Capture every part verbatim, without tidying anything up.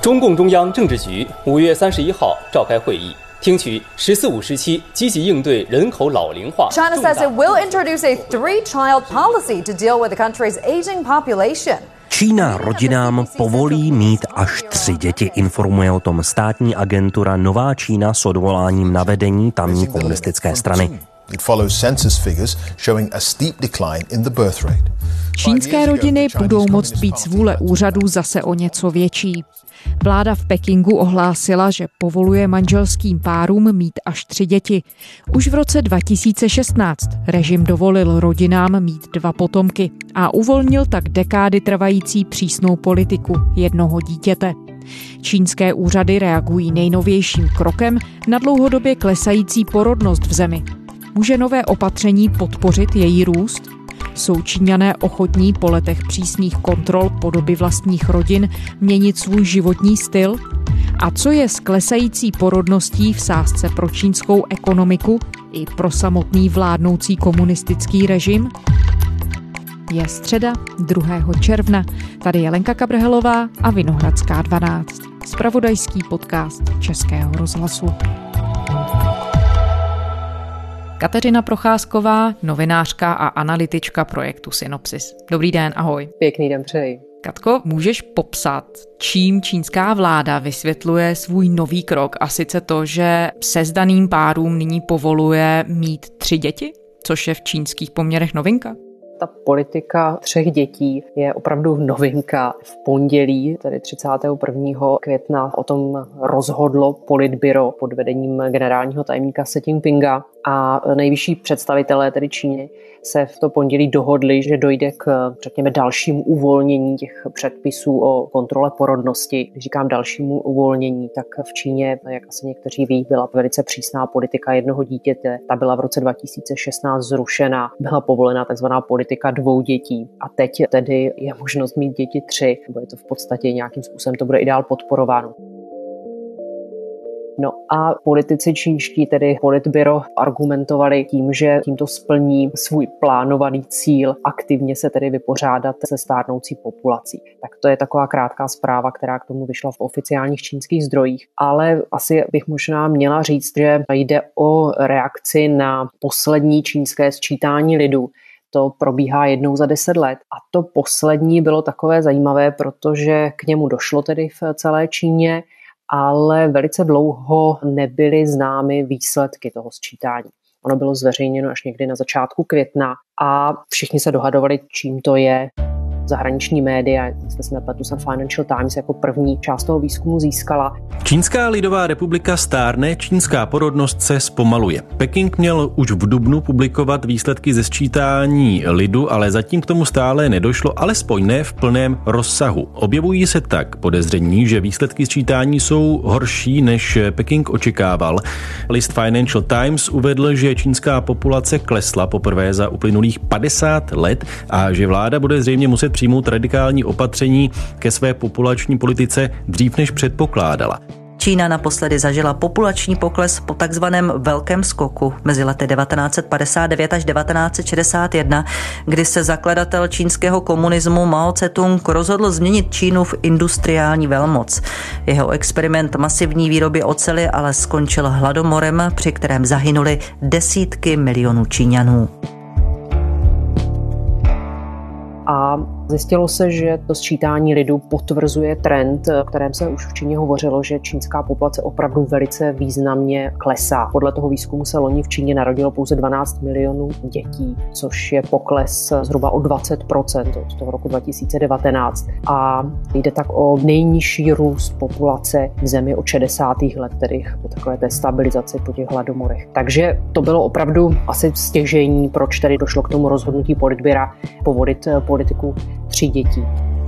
中共中央政治局五月三十一号召开会议，听取“十四五”时期积极应对人口老龄化。 China says it will introduce a three-child policy to deal with the country's aging population. Čína rodinám povolí mít až tři děti, informuje o tom státní agentura Nová Čína s odvoláním na vedení tamní komunistické strany. It follows census figures showing a steep decline in the birth rate. Čínské rodiny budou moct být z vůle úřadů zase o něco větší. Vláda v Pekingu ohlásila, že povoluje manželským párům mít až tři děti. Už v roce dva tisíce šestnáct režim dovolil rodinám mít dva potomky a uvolnil tak dekády trvající přísnou politiku jednoho dítěte. Čínské úřady reagují nejnovějším krokem na dlouhodobě klesající porodnost v zemi. Může nové opatření podpořit její růst? Jsou Číňané ochotní po letech přísných kontrol podoby vlastních rodin měnit svůj životní styl? A co je s klesající porodností v sázce pro čínskou ekonomiku i pro samotný vládnoucí komunistický režim? Je středa druhého června. Tady je Lenka Kabrhelová a Vinohradská dvanáct. Zpravodajský podcast Českého rozhlasu. Kateřina Procházková, novinářka a analytička projektu Synopsis. Dobrý den, ahoj. Pěkný den přeji. Katko, můžeš popsat, čím čínská vláda vysvětluje svůj nový krok, a sice to, že sezdaným párům nyní povoluje mít tři děti, což je v čínských poměrech novinka? Ta politika třech dětí je opravdu novinka. V pondělí, tedy třicátého prvního května, o tom rozhodlo politbyro pod vedením generálního tajemníka Xi Jinpinga a nejvyšší představitelé tedy Číny se v to pondělí dohodli, že dojde k, řekněme, dalšímu uvolnění těch předpisů o kontrole porodnosti. Když říkám dalšímu uvolnění, tak v Číně, jak asi někteří ví, byla velice přísná politika jednoho dítěte. Ta byla v roce dva tisíce šestnáct zrušena, byla povolena takzvaná politika dvou dětí. A teď tedy je možnost mít děti tři, nebo je to v podstatě nějakým způsobem, to bude i dál podporováno. No a politici čínští, tedy politbyro, argumentovali tím, že tímto splní svůj plánovaný cíl aktivně se tedy vypořádat se stárnoucí populací. Tak to je taková krátká zpráva, která k tomu vyšla v oficiálních čínských zdrojích. Ale asi bych možná měla říct, že jde o reakci na poslední čínské sčítání lidu. To probíhá jednou za deset let. A to poslední bylo takové zajímavé, protože k němu došlo tedy v celé Číně, ale velice dlouho nebyly známy výsledky toho sčítání. Ono bylo zveřejněno až někdy na začátku května a všichni se dohadovali, čím to je. Zahraniční média, jestli se nepletu, jsem Financial Times jako první část toho výzkumu získala. Čínská lidová republika stárne, čínská porodnost se zpomaluje. Peking měl už v dubnu publikovat výsledky ze sčítání lidu, ale zatím k tomu stále nedošlo, alespoň ne v plném rozsahu. Objevují se tak podezření, že výsledky sčítání jsou horší, než Peking očekával. List Financial Times uvedl, že čínská populace klesla poprvé za uplynulých padesát let a že vláda bude zřejmě muset přijmout radikální opatření ke své populační politice dřív, než předpokládala. Čína naposledy zažila populační pokles po takzvaném velkém skoku mezi lety devatenáct set padesát devět až devatenáct set šedesát jedna, kdy se zakladatel čínského komunismu Mao Tse-tung rozhodl změnit Čínu v industriální velmoc. Jeho experiment masivní výroby oceli ale skončil hladomorem, při kterém zahynuli desítky milionů Číňanů. A zjistilo se, že to sčítání lidu potvrzuje trend, o kterém se už v Číně hovořilo, že čínská populace opravdu velice významně klesá. Podle toho výzkumu se loni v Číně narodilo pouze dvanáct milionů dětí, což je pokles zhruba o dvacet procent od toho roku dva tisíce devatenáct. A jde tak o nejnižší růst populace v zemi od šedesátých let, tedy po takové té stabilizaci po těch hladomorech. Takže to bylo opravdu asi stěžejní, proč tedy došlo k tomu rozhodnutí politbyra povolit politiku tří dětí.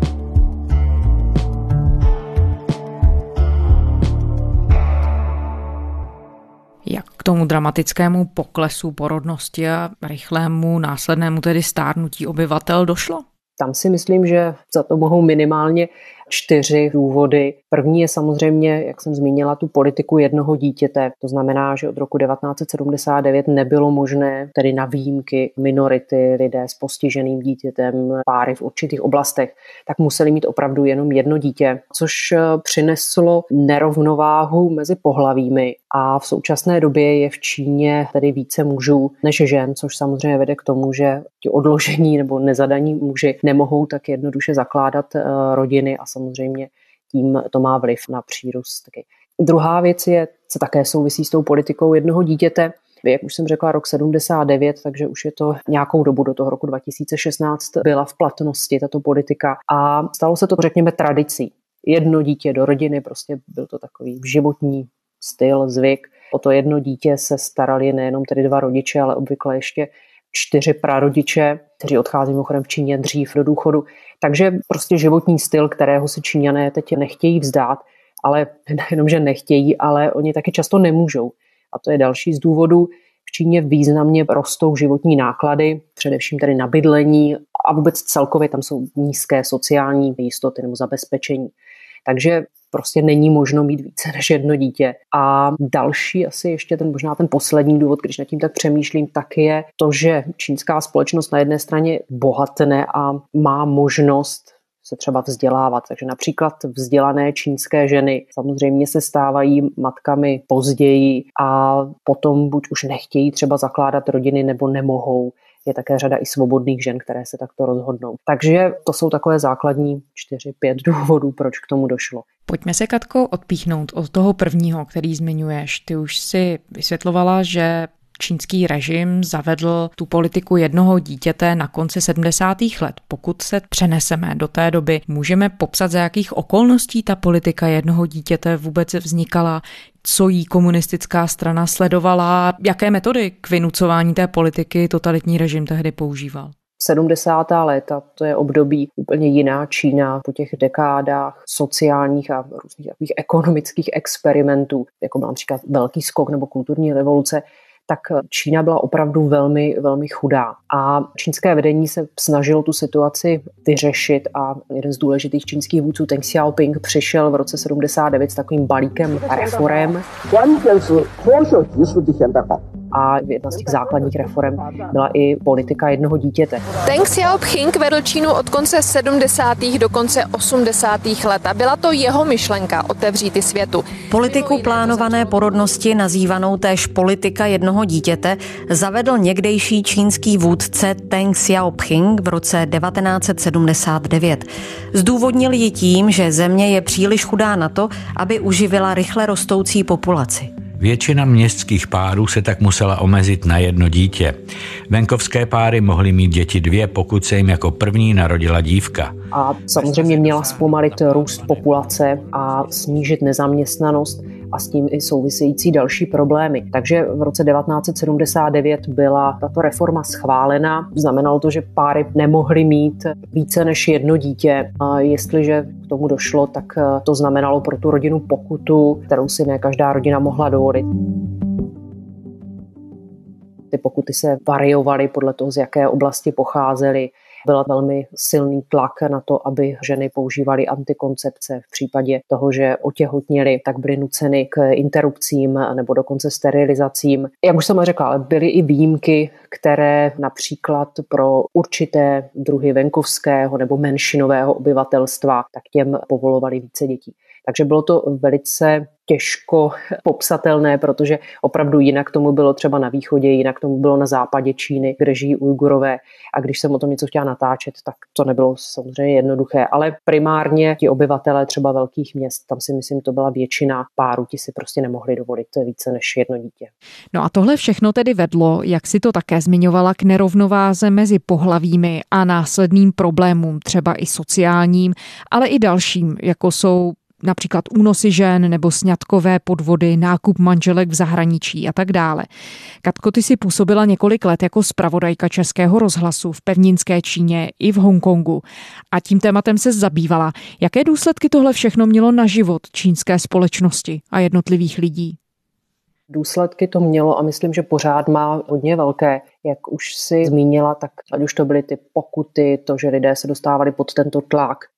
Jak k tomu dramatickému poklesu porodnosti a rychlému následnému tedy stárnutí obyvatel došlo? Tam si myslím, že za to mohou minimálně čtyři důvody. První je samozřejmě, jak jsem zmínila, tu politiku jednoho dítěte. To znamená, že od roku devatenáct set sedmdesát devět nebylo možné, tedy na výjimky minority, lidé s postiženým dítětem, páry v určitých oblastech, tak museli mít opravdu jenom jedno dítě, což přineslo nerovnováhu mezi pohlavími a v současné době je v Číně tedy více mužů než žen, což samozřejmě vede k tomu, že ti odložení nebo nezadaní muži nemohou tak jednoduše zakládat rodiny a samozřejmě tím to má vliv na přírůst. Druhá věc je, co také souvisí s tou politikou jednoho dítěte. Jak už jsem řekla, rok sedmdesát devět, takže už je to nějakou dobu, do toho roku dva tisíce šestnáct byla v platnosti tato politika a stalo se to, řekněme, tradicí. Jedno dítě do rodiny, prostě byl to takový životní styl, zvyk. O to jedno dítě se starali nejenom tedy dva rodiče, ale obvykle ještě čtyři prarodiče, kteří odchází mimochodem v Číně dřív do důchodu. Takže prostě životní styl, kterého si Číňané teď nechtějí vzdát, ale nejenom, že nechtějí, ale oni taky často nemůžou. A to je další z důvodů. V Číně významně rostou životní náklady, především tedy na bydlení a vůbec celkově tam jsou nízké sociální jistoty nebo zabezpečení. Takže prostě není možno mít více než jedno dítě. A další asi ještě ten možná ten poslední důvod, když nad tím tak přemýšlím, tak je to, že čínská společnost na jedné straně bohatne a má možnost se třeba vzdělávat. Takže například vzdělané čínské ženy samozřejmě se stávají matkami později a potom buď už nechtějí třeba zakládat rodiny nebo nemohou. Je také řada i svobodných žen, které se takto rozhodnou. Takže to jsou takové základní čtyři, pět důvodů, proč k tomu došlo. Pojďme se, Katko, odpíchnout od toho prvního, který zmiňuješ. Ty už si vysvětlovala, že čínský režim zavedl tu politiku jednoho dítěte na konci sedmdesátých let. Pokud se přeneseme do té doby, můžeme popsat, za jakých okolností ta politika jednoho dítěte vůbec vznikala, co jí komunistická strana sledovala, jaké metody k vynucování té politiky totalitní režim tehdy používal? sedmdesátá léta, to je období úplně jiná Čína po těch dekádách sociálních a různých takových ekonomických experimentů, jako byl například velký skok nebo kulturní revoluce, tak Čína byla opravdu velmi, velmi chudá. A čínské vedení se snažilo tu situaci vyřešit a jeden z důležitých čínských vůdců Deng Xiaoping přišel v roce sedmdesát devět s takovým balíkem reforem. A jedna z těch základních reform byla i politika jednoho dítěte. Deng Xiaoping vedl Čínu od konce sedmdesátých do konce osmdesátých let a byla to jeho myšlenka otevřít i světu. Politiku plánované porodnosti, nazývanou též politika jednoho dítěte, zavedl někdejší čínský vůdce Deng Xiaoping v roce devatenáct set sedmdesát devět. Zdůvodnil ji tím, že země je příliš chudá na to, aby uživila rychle rostoucí populaci. Většina městských párů se tak musela omezit na jedno dítě. Venkovské páry mohly mít děti dvě, pokud se jim jako první narodila dívka. A samozřejmě měla zpomalit růst populace a snížit nezaměstnanost a s tím i související další problémy. Takže v roce devatenáct set sedmdesát devět byla tato reforma schválena. Znamenalo to, že páry nemohly mít více než jedno dítě. A jestliže k tomu došlo, tak to znamenalo pro tu rodinu pokutu, kterou si ne každá rodina mohla dovolit. Ty pokuty se variovaly podle toho, z jaké oblasti pocházely. Byl velmi silný tlak na to, aby ženy používaly antikoncepce. V případě toho, že otěhotněly, tak byly nuceny k interrupcím nebo dokonce sterilizacím. Jak už jsem řekla, ale byly i výjimky, které například pro určité druhy venkovského nebo menšinového obyvatelstva, tak těm povolovali více dětí. Takže bylo to velice těžko popsatelné, protože opravdu jinak tomu bylo třeba na východě, jinak tomu bylo na západě Číny, kde žijí Ujgurové. A když jsem o tom něco chtěla natáčet, tak to nebylo samozřejmě jednoduché. Ale primárně ti obyvatelé třeba velkých měst, tam si myslím, to byla většina párů, ti si prostě nemohli dovolit více než jedno dítě. No a tohle všechno tedy vedlo, jak si to také zmiňovala, k nerovnováze mezi pohlavími a následným problémům, třeba i sociálním, ale i dalším, jako jsou například únosy žen nebo sňatkové podvody, nákup manželek v zahraničí a tak dále. Katko, ty si působila několik let jako zpravodajka Českého rozhlasu v pevninské Číně i v Hongkongu a tím tématem se zabývala. Jaké důsledky tohle všechno mělo na život čínské společnosti a jednotlivých lidí? Důsledky to mělo a myslím, že pořád má hodně velké. Jak už si zmínila, tak ať už to byly ty pokuty, to, že lidé se dostávali pod tento tlak,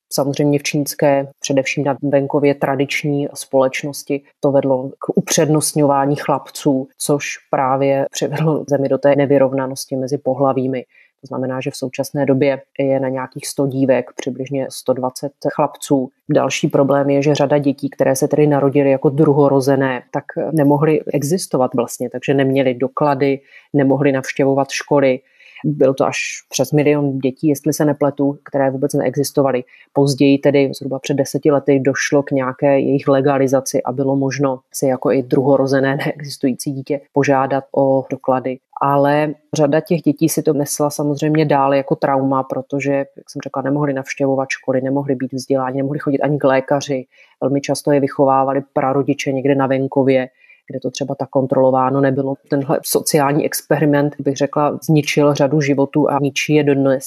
Samozřejmě v čínské, především na venkově tradiční společnosti to vedlo k upřednostňování chlapců, což právě přivedlo zemi do té nevyrovnanosti mezi pohlavími. To znamená, že v současné době je na nějakých sto dívek, přibližně sto dvacet chlapců. Další problém je, že řada dětí, které se tedy narodily jako druhorozené, tak nemohly existovat vlastně, takže neměly doklady, nemohly navštěvovat školy. Byl to až přes milion dětí, jestli se nepletu, které vůbec neexistovaly. Později tedy zhruba před deseti lety došlo k nějaké jejich legalizaci a bylo možno si jako i druhorozené neexistující dítě požádat o doklady. Ale řada těch dětí si to nesla samozřejmě dále jako trauma, protože, jak jsem řekla, nemohli navštěvovat školy, nemohli být vzděláni, nemohli chodit ani k lékaři. Velmi často je vychovávali prarodiče někde na venkově, kde to třeba tak kontrolováno nebylo. Tenhle sociální experiment, bych řekla, zničil řadu životů a ničí je dodnes.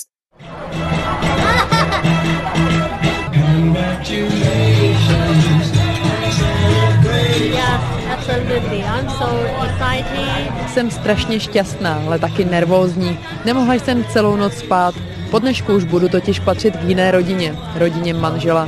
Jsem strašně šťastná, ale taky nervózní. Nemohla jsem celou noc spát. Po dnešku už budu totiž patřit k jiné rodině, rodině manžela.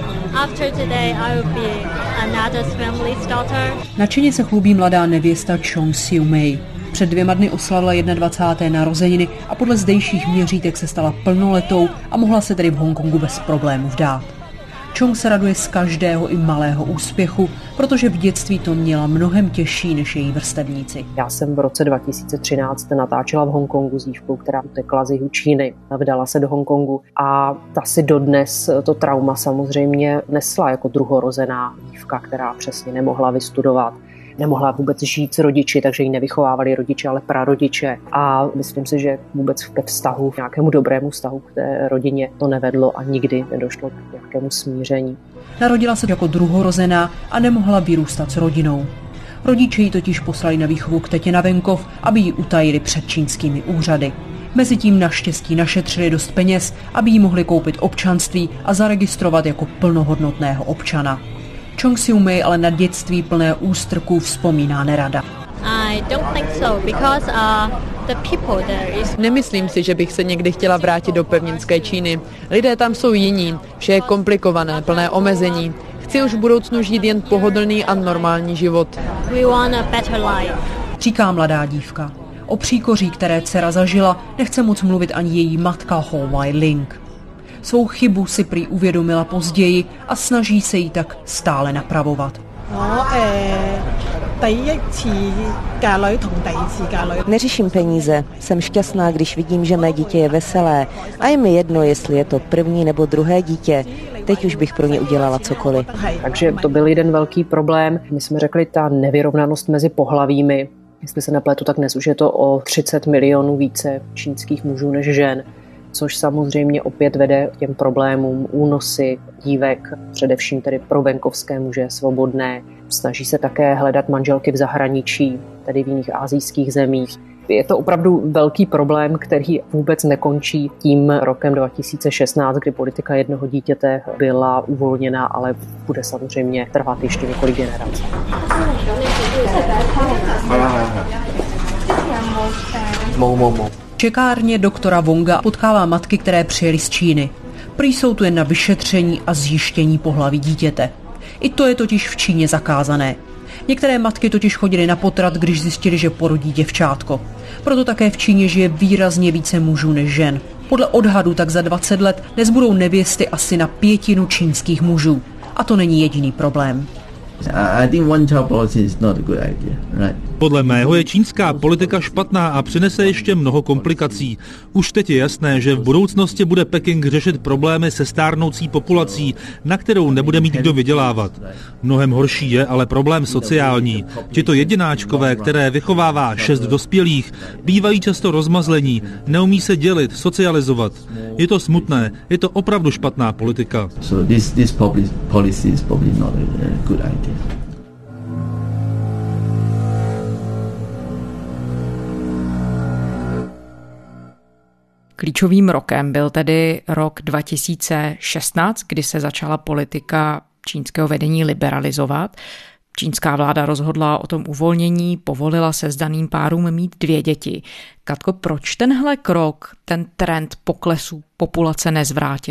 Nadšeně se chlubí mladá nevěsta Chong Siu-mei. Před dvěma dny oslavila dvacáté první narozeniny a podle zdejších měřítek se stala plnoletou a mohla se tedy v Hongkongu bez problémů vdát. Chong se raduje z každého i malého úspěchu, protože v dětství to měla mnohem těžší než její vrstevníci. Já jsem v roce dva tisíce třináct natáčela v Hongkongu s dívkou, která utekla z jihu Číny, vdala se do Hongkongu a ta si dodnes to trauma samozřejmě nesla jako druhorozená dívka, která přesně nemohla vystudovat. Nemohla vůbec žít s rodiči, takže ji nevychovávali rodiče, ale prarodiče. A myslím si, že vůbec ke vztahu, k nějakému dobrému vztahu k té rodině to nevedlo a nikdy nedošlo k nějakému smíření. Narodila se jako druhorozená a nemohla vyrůstat s rodinou. Rodiče ji totiž poslali na výchovu k tetě na venkov, aby ji utajili před čínskými úřady. Mezitím naštěstí našetřili dost peněz, aby jí mohli koupit občanství a zaregistrovat jako plnohodnotného občana. Chong Siu-mei ale na dětství plné ústrků vzpomíná nerada. Nemyslím si, že bych se někdy chtěla vrátit do pevninské Číny. Lidé tam jsou jiní, vše je komplikované, plné omezení. Chci už v budoucnu žít jen pohodlný a normální život. Říká mladá dívka. O příkoří, které dcera zažila, nechce moc mluvit ani její matka Ho Wai-ling. Svou chybu si prý uvědomila později a snaží se jí tak stále napravovat. Neřeším peníze. Jsem šťastná, když vidím, že mé dítě je veselé. A je mi jedno, jestli je to první nebo druhé dítě. Teď už bych pro ně udělala cokoliv. Takže to byl jeden velký problém. My jsme řekli, ta nevyrovnanost mezi pohlavími. Jestli se nepletu, tak dnes už je to o třicet milionů více čínských mužů než žen. Což samozřejmě opět vede k těm problémům únosy dívek, především tedy pro venkovské muže svobodné. Snaží se také hledat manželky v zahraničí, tedy v jiných asijských zemích. Je to opravdu velký problém, který vůbec nekončí tím rokem dva tisíce šestnáct, kdy politika jednoho dítěte byla uvolněna, ale bude samozřejmě trvat ještě několik generací. Mou, mou, mou. V čekárně doktora Wonga potkává matky, které přijeli z Číny. Prý jsou tu jen na vyšetření a zjištění pohlaví dítěte. I to je totiž v Číně zakázané. Některé matky totiž chodily na potrat, když zjistili, že porodí děvčátko. Proto také v Číně žije výrazně více mužů než žen. Podle odhadu tak za dvacet let nezbudou nevěsty asi na pětinu čínských mužů. A to není jediný problém. Podle mého je čínská politika špatná a přinese ještě mnoho komplikací. Už teď je jasné, že v budoucnosti bude Peking řešit problémy se stárnoucí populací, na kterou nebude mít kdo vydělávat. Mnohem horší je ale problém sociální. Tito jedináčkové, které vychovává šest dospělých, bývají často rozmazlení, neumí se dělit, socializovat. Je to smutné, je to opravdu špatná politika. So this, this policy is probably not a good idea. Klíčovým rokem byl tedy rok dva tisíce šestnáct, kdy se začala politika čínského vedení liberalizovat. Čínská vláda rozhodla o tom uvolnění, povolila se sdaným párům mít dvě děti. Katko, proč tenhle krok, ten trend poklesu populace nezvrátil?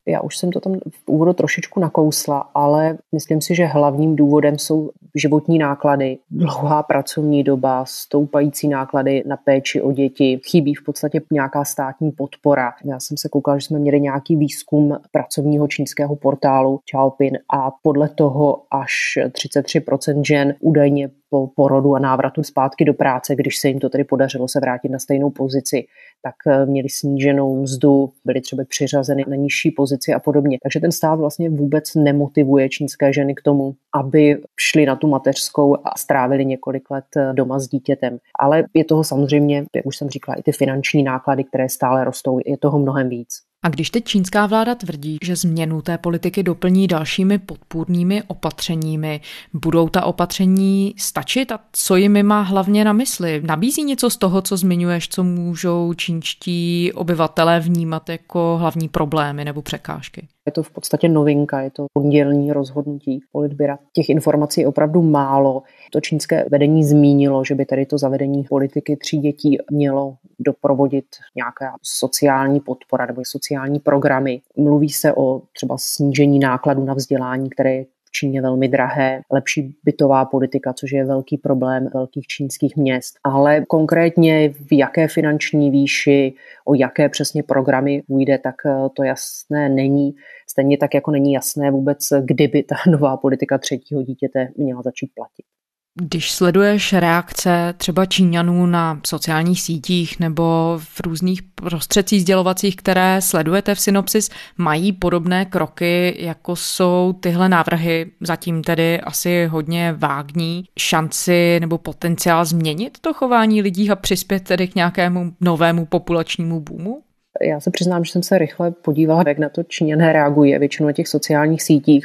Já už jsem to tam v úvodu trošičku nakousla, ale myslím si, že hlavním důvodem jsou životní náklady, dlouhá pracovní doba, stoupající náklady na péči o děti, chybí v podstatě nějaká státní podpora. Já jsem se koukala, že jsme měli nějaký výzkum pracovního čínského portálu Xiaopin a podle toho až třicet tři procent žen údajně po porodu a návratu zpátky do práce, když se jim to tedy podařilo se vrátit na stejnou pozici, tak měli sníženou mzdu, byly třeba přiřazeny na nižší pozici a podobně. Takže ten stát vlastně vůbec nemotivuje čínské ženy k tomu, aby šly na tu mateřskou a strávili několik let doma s dítětem. Ale je toho samozřejmě, jak už jsem říkala, i ty finanční náklady, které stále rostou, je toho mnohem víc. A když teď čínská vláda tvrdí, že změnu té politiky doplní dalšími podpůrnými opatřeními, budou ta opatření stačit a co jimi má hlavně na mysli? Nabízí něco z toho, co zmiňuješ, co můžou čínští obyvatelé vnímat jako hlavní problémy nebo překážky? Je to v podstatě novinka, je to pondělní rozhodnutí politbyra. Těch informací je opravdu málo. To čínské vedení zmínilo, že by tady to zavedení politiky tří dětí mělo doprovodit nějaká sociální podpora nebo sociální programy. Mluví se o třeba snížení nákladů na vzdělání, které je v Číně velmi drahé, lepší bytová politika, což je velký problém velkých čínských měst. Ale konkrétně v jaké finanční výši, o jaké přesně programy půjde, tak to jasné není. Stejně tak, jako není jasné vůbec, kdyby ta nová politika třetího dítěte měla začít platit. Když sleduješ reakce třeba Číňanů na sociálních sítích nebo v různých prostředcích sdělovacích, které sledujete v Synopsis, mají podobné kroky, jako jsou tyhle návrhy, zatím tedy asi hodně vágní, šanci nebo potenciál změnit to chování lidí a přispět tedy k nějakému novému populačnímu boomu? Já se přiznám, že jsem se rychle podívala, jak na to Číňané reagují. Většinou na těch sociálních sítích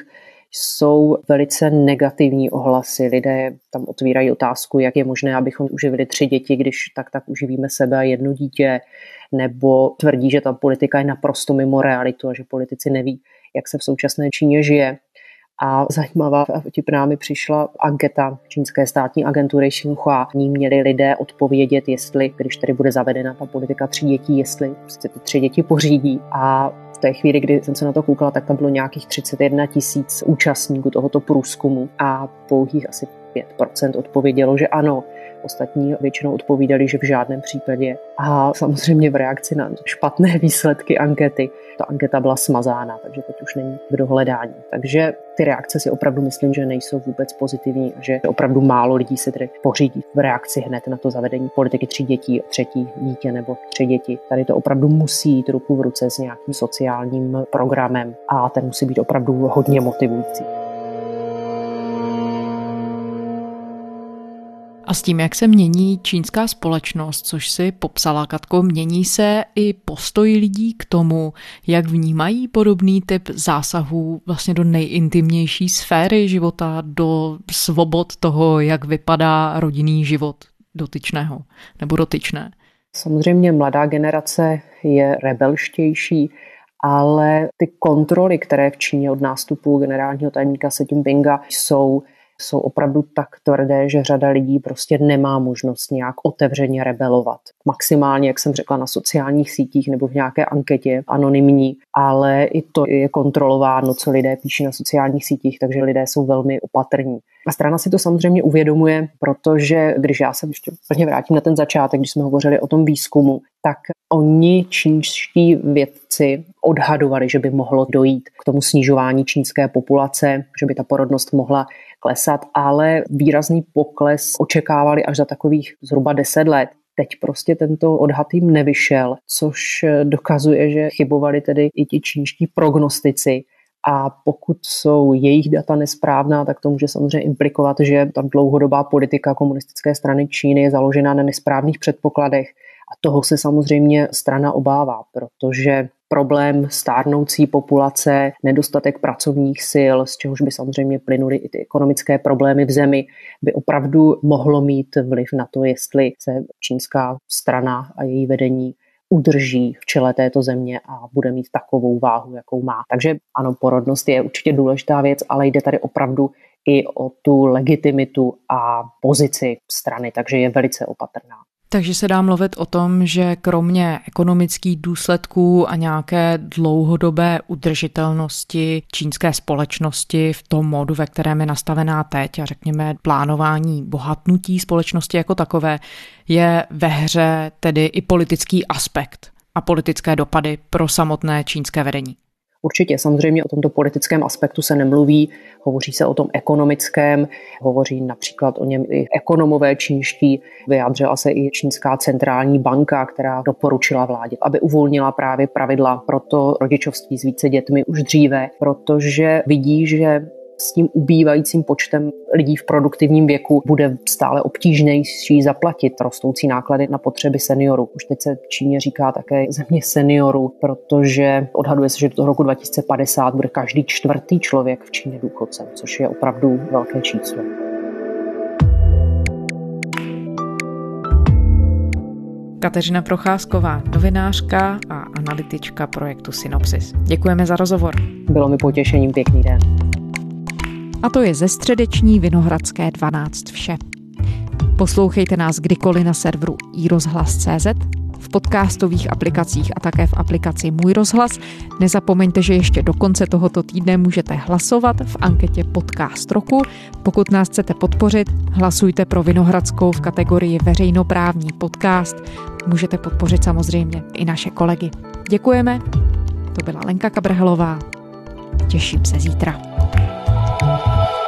jsou velice negativní ohlasy. Lidé tam otvírají otázku, jak je možné, abychom uživili tři děti, když tak tak uživíme sebe a jedno dítě, nebo tvrdí, že ta politika je naprosto mimo realitu a že politici neví, jak se v současné Číně žije. A zajímavá a vtipná mi přišla anketa čínské státní agentury Xinhua. V ní měli lidé odpovědět, jestli, když tedy bude zavedena ta politika tří dětí, jestli prostě ty tři děti pořídí. A v té chvíli, kdy jsem se na to koukala, tak tam bylo nějakých třicet jedna tisíc účastníků tohoto průzkumu a pouhých asi pět procent odpovědělo, že ano. Ostatní většinou odpovídali, že v žádném případě. A samozřejmě v reakci na špatné výsledky ankety, ta anketa byla smazána, takže teď už není k dohledání. Takže ty reakce si opravdu myslím, že nejsou vůbec pozitivní a že opravdu málo lidí se tedy pořídí v reakci hned na to zavedení politiky tří dětí, třetí dítě nebo tři děti. Tady to opravdu musí jít ruku v ruce s nějakým sociálním programem a ten musí být opravdu hodně motivující. A s tím, jak se mění čínská společnost, což si popsala, Katko, mění se i postoj lidí k tomu, jak vnímají podobný typ zásahů vlastně do nejintimnější sféry života, do svobod toho, jak vypadá rodinný život dotyčného nebo dotyčné. Samozřejmě mladá generace je rebelštější, ale ty kontroly, které v Číně od nástupu generálního tajemníka Xi Jinpinga jsou, jsou opravdu tak tvrdé, že řada lidí prostě nemá možnost nějak otevřeně rebelovat. Maximálně, jak jsem řekla, na sociálních sítích nebo v nějaké anketě anonymní, ale i to je kontrolováno, co lidé píší na sociálních sítích, takže lidé jsou velmi opatrní. A strana si to samozřejmě uvědomuje, protože když já se ještě plně vrátím na ten začátek, když jsme hovořili o tom výzkumu, tak oni čínští vědci odhadovali, že by mohlo dojít k tomu snižování čínské populace, že by ta porodnost mohla klesat, ale výrazný pokles očekávali až za takových zhruba deset let. Teď prostě tento odhad jim nevyšel, což dokazuje, že chybovali tedy i ti čínští prognostici. A pokud jsou jejich data nesprávná, tak to může samozřejmě implikovat, že ta dlouhodobá politika komunistické strany Číny je založena na nesprávných předpokladech. A toho se samozřejmě strana obává, protože problém stárnoucí populace, nedostatek pracovních sil, z čehož by samozřejmě plynuly i ty ekonomické problémy v zemi, by opravdu mohlo mít vliv na to, jestli se čínská strana a její vedení udrží v čele této země a bude mít takovou váhu, jakou má. Takže ano, porodnost je určitě důležitá věc, ale jde tady opravdu i o tu legitimitu a pozici strany, takže je velice opatrná. Takže se dá mluvit o tom, že kromě ekonomických důsledků a nějaké dlouhodobé udržitelnosti čínské společnosti v tom módu, ve kterém je nastavená teď a řekněme plánování bohatnutí společnosti jako takové, je ve hře tedy i politický aspekt a politické dopady pro samotné čínské vedení. Určitě, samozřejmě o tomto politickém aspektu se nemluví, hovoří se o tom ekonomickém, hovoří například o něm i ekonomové čínští, vyjádřila se i čínská centrální banka, která doporučila vládě, aby uvolnila právě pravidla pro to rodičovství s více dětmi už dříve, protože vidí, že s tím ubývajícím počtem lidí v produktivním věku bude stále obtížnější zaplatit rostoucí náklady na potřeby seniorů. Už teď se v Číně říká také země seniorů, protože odhaduje se, že do toho roku dva tisíce padesát bude každý čtvrtý člověk v Číně důchodcem, což je opravdu velké číslo. Kateřina Procházková, novinářka a analytička projektu Synopsis. Děkujeme za rozhovor. Bylo mi potěšením, pěkný den. A to je ze středeční Vinohradské dvanáct vše. Poslouchejte nás kdykoliv na serveru i rozhlas tečka cé zet, v podcastových aplikacích a také v aplikaci Můj rozhlas. Nezapomeňte, že ještě do konce tohoto týdne můžete hlasovat v anketě Podcast roku. Pokud nás chcete podpořit, hlasujte pro Vinohradskou v kategorii veřejnoprávní podcast. Můžete podpořit samozřejmě i naše kolegy. Děkujeme. To byla Lenka Kabrhelová. Těším se zítra. Thank you.